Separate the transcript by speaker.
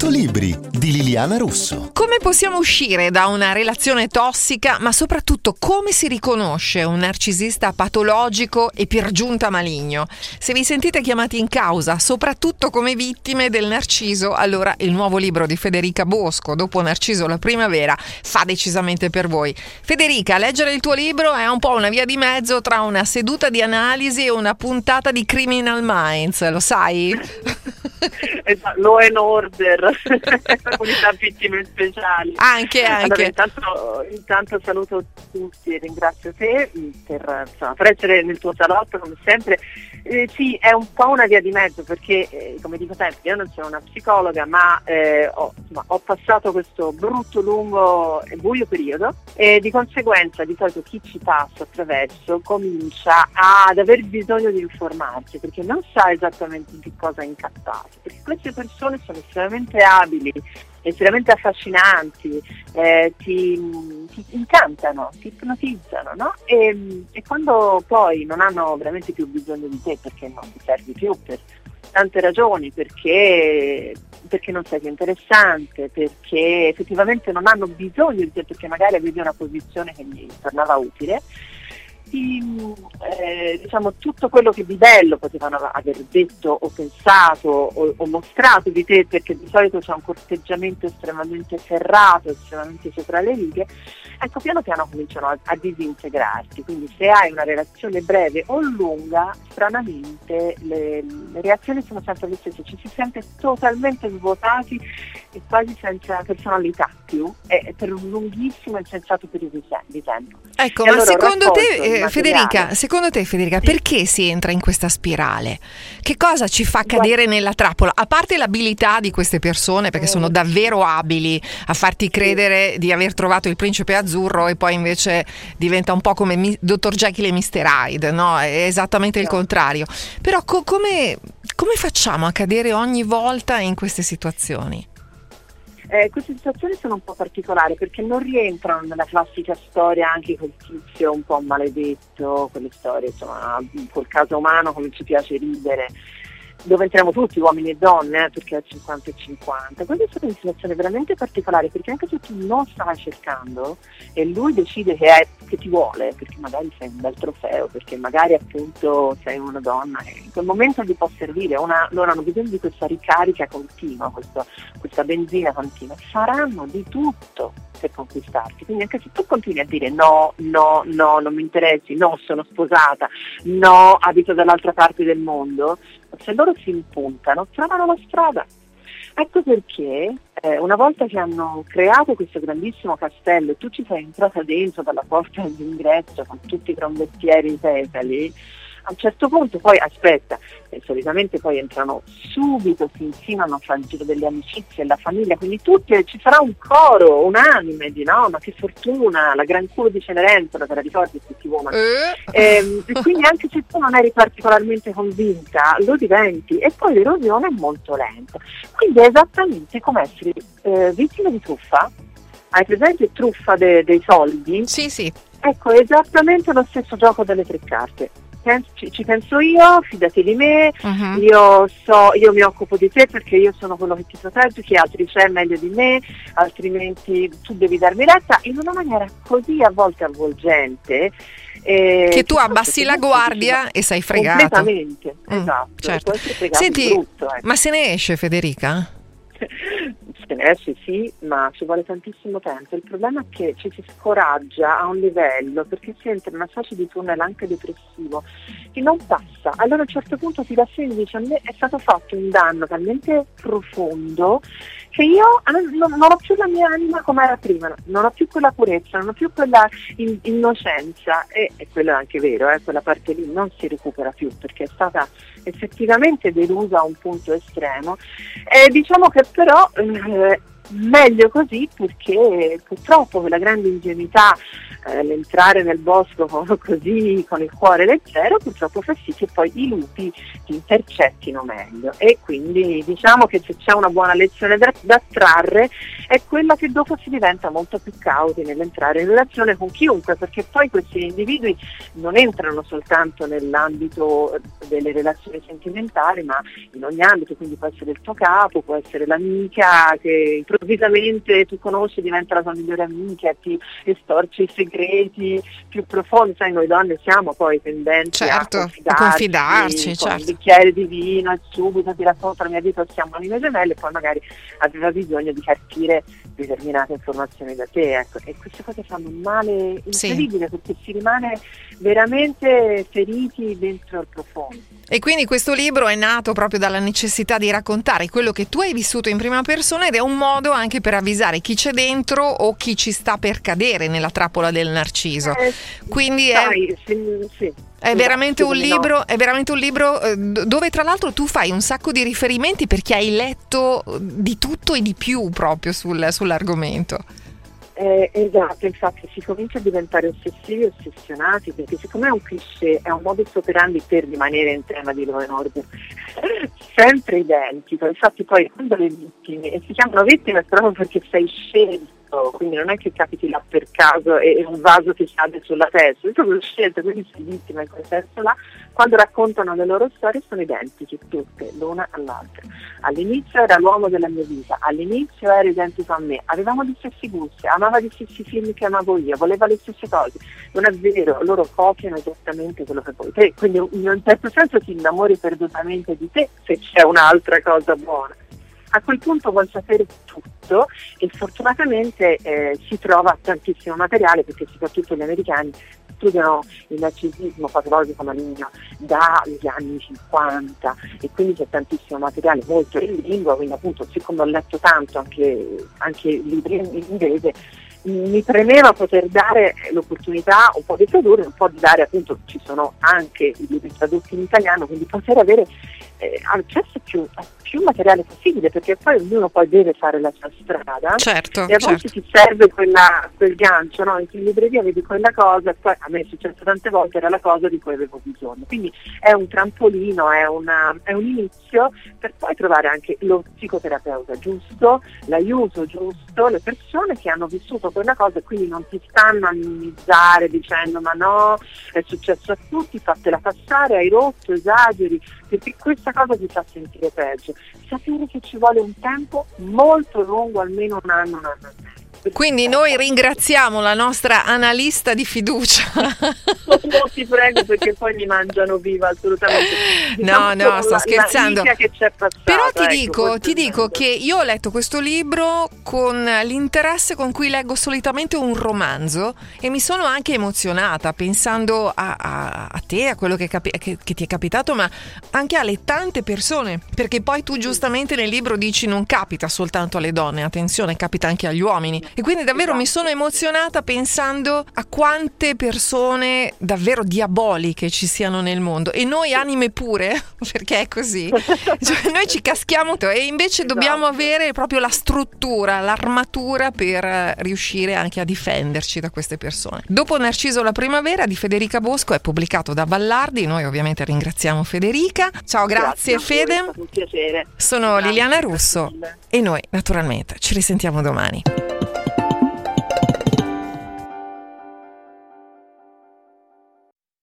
Speaker 1: 100 libri di Liliana Russo.
Speaker 2: Come possiamo uscire da una relazione tossica, ma soprattutto come si riconosce un narcisista patologico e per giunta maligno? Se vi sentite chiamati in causa, soprattutto come vittime del narciso, allora il nuovo libro di Federica Bosco, Dopo Narciso la primavera, fa decisamente per voi. Federica, leggere il tuo libro è un po' una via di mezzo tra una seduta di analisi e una puntata di Criminal Minds, lo sai?
Speaker 3: Law and Order, unità vittime speciali.
Speaker 2: Anche.
Speaker 3: Allora, intanto saluto tutti e ringrazio te per essere nel tuo salotto come sempre. Sì, è un po' una via di mezzo perché, come dico sempre, io non sono una psicologa, ma ho passato questo brutto, lungo e buio periodo e di conseguenza di solito chi ci passa attraverso comincia ad aver bisogno di informarsi perché non sa esattamente in che cosa è incappato, perché queste persone sono estremamente abili, estremamente affascinanti, ti incantano, ti ipnotizzano, no? E quando poi non hanno veramente più bisogno di te perché non ti servi più per tante ragioni, perché non sei più interessante, perché effettivamente non hanno bisogno di te, perché magari avevi una posizione che gli tornava utile, diciamo tutto quello che di bello potevano aver detto o pensato o mostrato di te, perché di solito c'è un corteggiamento estremamente serrato, estremamente sopra le righe, ecco piano piano cominciano a disintegrarti. Quindi se hai una relazione breve o lunga, stranamente le reazioni sono sempre le stesse, ci si sente totalmente svuotati e quasi senza personalità più, per un lunghissimo e insensato periodo di tempo.
Speaker 2: Ecco,
Speaker 3: E
Speaker 2: ma
Speaker 3: allora
Speaker 2: secondo te,
Speaker 3: materiale.
Speaker 2: Federica, perché si entra in questa spirale? Che cosa ci fa cadere nella trappola? A parte l'abilità di queste persone, perché sono davvero abili a farti credere di aver trovato il principe azzurro e poi invece diventa un po' come Dr. Jekyll e Mr. Hyde, no? È esattamente il contrario. Però come facciamo a cadere ogni volta in queste situazioni?
Speaker 3: Queste situazioni sono un po' particolari perché non rientrano nella classica storia anche col tizio un po' maledetto, quelle storie insomma col caso umano come ci piace ridere, dove entriamo tutti, uomini e donne, perché è 50 e 50. Questa è stata una situazione veramente particolare perché anche se tu non stai cercando e lui decide che ti vuole, perché magari sei un bel trofeo, perché magari appunto sei una donna e in quel momento gli può servire, loro hanno bisogno di questa ricarica continua, questa benzina continua, faranno di tutto per conquistarti. Quindi anche se tu continui a dire no, non mi interessi, no, sono sposata, no, abito dall'altra parte del mondo, se loro si impuntano, trovano la strada. Ecco perché una volta che hanno creato questo grandissimo castello e tu ci sei entrata dentro dalla porta d'ingresso con tutti i trombettieri petali, a un certo punto poi aspetta, solitamente poi entrano subito, si insinuano fra il giro delle amicizie e la famiglia, quindi tutti ci sarà un coro unanime di no, ma che fortuna, la gran culo di Cenerentola, te la ricordi Pretty Woman? E quindi anche se tu non eri particolarmente convinta, lo diventi e poi l'erosione è molto lenta. Quindi è esattamente come essere vittime di truffa. Hai presente truffa dei soldi?
Speaker 2: Sì.
Speaker 3: Ecco, è esattamente lo stesso gioco delle tre carte. Ci penso io, fidati di me, io mi occupo di te perché io sono quello che ti protegge, chi altri c'è meglio di me, altrimenti tu devi darmi retta, in una maniera così a volte avvolgente
Speaker 2: che tu abbassi la guardia e sei fregato.
Speaker 3: Completamente, esatto.
Speaker 2: Certo.
Speaker 3: Senti, brutto,
Speaker 2: ma se ne esce Federica?
Speaker 3: Se ne esce sì, ma ci vuole tantissimo tempo. Il problema è che ci si scoraggia a un livello perché si entra in una specie di tunnel anche depressivo che non passa. Allora a un certo punto ti rassegni e dici: a me è stato fatto un danno talmente profondo che io non ho più la mia anima come era prima, non ho più quella purezza, non ho più quella innocenza e quello è anche vero, quella parte lì non si recupera più perché è stata effettivamente delusa a un punto estremo. Diciamo che però meglio così, perché purtroppo quella grande ingenuità, l'entrare nel bosco così con il cuore leggero, purtroppo fa sì che poi i lupi ti intercettino meglio, e quindi diciamo che se c'è una buona lezione da trarre è quella che dopo si diventa molto più cauti nell'entrare in relazione con chiunque, perché poi questi individui non entrano soltanto nell'ambito delle relazioni sentimentali, ma in ogni ambito, quindi può essere il tuo capo, può essere l'amica che improvvisamente tu conosci e diventa la tua migliore amica e ti estorce i segreti più profondi. Sai, noi donne siamo poi tendenti a confidarci, con un bicchiere di vino e subito ti racconto la mia vita, siamo anime gemelle, e poi magari aveva bisogno di carpire determinate informazioni da te, ecco. E queste cose fanno un male incredibile, perché si rimane veramente feriti dentro al profondo.
Speaker 2: E quindi questo libro è nato proprio dalla necessità di raccontare quello che tu hai vissuto in prima persona, ed è un modo anche per avvisare chi c'è dentro o chi ci sta per cadere nella trappola del narciso. Quindi è veramente un libro, dove tra l'altro tu fai un sacco di riferimenti, perché hai letto di tutto e di più proprio sull'argomento.
Speaker 3: Esatto, infatti si comincia a diventare ossessivi e ossessionati, perché siccome è un cliché, è un modus operandi per rimanere in tema di Law & Order sempre identico. Infatti poi quando le vittime, e si chiamano vittime proprio perché sei scelto, quindi non è che capiti là per caso e un vaso ti cade sulla testa, è proprio scelta, quindi sei vittima in quel senso là. Quando raccontano le loro storie sono identiche tutte, l'una all'altra. All'inizio era l'uomo della mia vita, all'inizio era identico a me, avevamo gli stessi gusti, amava gli stessi film che amavo io, voleva le stesse cose. Non è vero, loro copiano esattamente quello che vuoi te, quindi in un certo senso ti innamori perdutamente di te se c'è un'altra cosa buona. A quel punto vuoi sapere tutto, e fortunatamente si trova tantissimo materiale, perché soprattutto gli americani studiano il narcisismo patologico maligno dagli anni 50, e quindi c'è tantissimo materiale, molto in lingua, quindi appunto siccome ho letto tanto anche libri in inglese, mi premeva poter dare l'opportunità un po' di tradurre, un po' di dare, appunto ci sono anche i libri tradotti in italiano, quindi poter avere accesso a più materiale possibile, perché poi ognuno poi deve fare la sua strada,
Speaker 2: certo,
Speaker 3: e a volte ti serve quel gancio, no? In libreria vedi quella cosa, e poi a me è successo tante volte, era la cosa di cui avevo bisogno, quindi è un trampolino, è un inizio per poi trovare anche lo psicoterapeuta giusto, l'aiuto giusto, le persone che hanno vissuto quella cosa e quindi non ti stanno a minimizzare dicendo ma no, è successo a tutti, fatela passare, hai rotto, esageri, perché questa cosa ti fa sentire peggio. Sapere che ci vuole un tempo molto lungo, almeno un anno e mezzo.
Speaker 2: Quindi noi ringraziamo la nostra analista di fiducia.
Speaker 3: Non ti prego, perché poi mi mangiano viva, assolutamente.
Speaker 2: No, sto scherzando.
Speaker 3: Che c'è passata,
Speaker 2: però ti dico che io ho letto questo libro con l'interesse con cui leggo solitamente un romanzo, e mi sono anche emozionata pensando a te, a quello che ti è capitato, ma anche alle tante persone, perché poi tu giustamente nel libro dici non capita soltanto alle donne, attenzione, capita anche agli uomini. E quindi davvero mi sono emozionata pensando a quante persone davvero diaboliche ci siano nel mondo, e noi anime pure, perché è così, cioè, noi ci caschiamo e invece dobbiamo avere proprio la struttura, l'armatura per riuscire anche a difenderci da queste persone. Dopo Narciso la primavera di Federica Bosco è pubblicato da Vallardi, noi ovviamente ringraziamo Federica. Ciao, grazie Fede.
Speaker 3: È stato un piacere.
Speaker 2: Sono Liliana Russo e noi naturalmente ci risentiamo domani.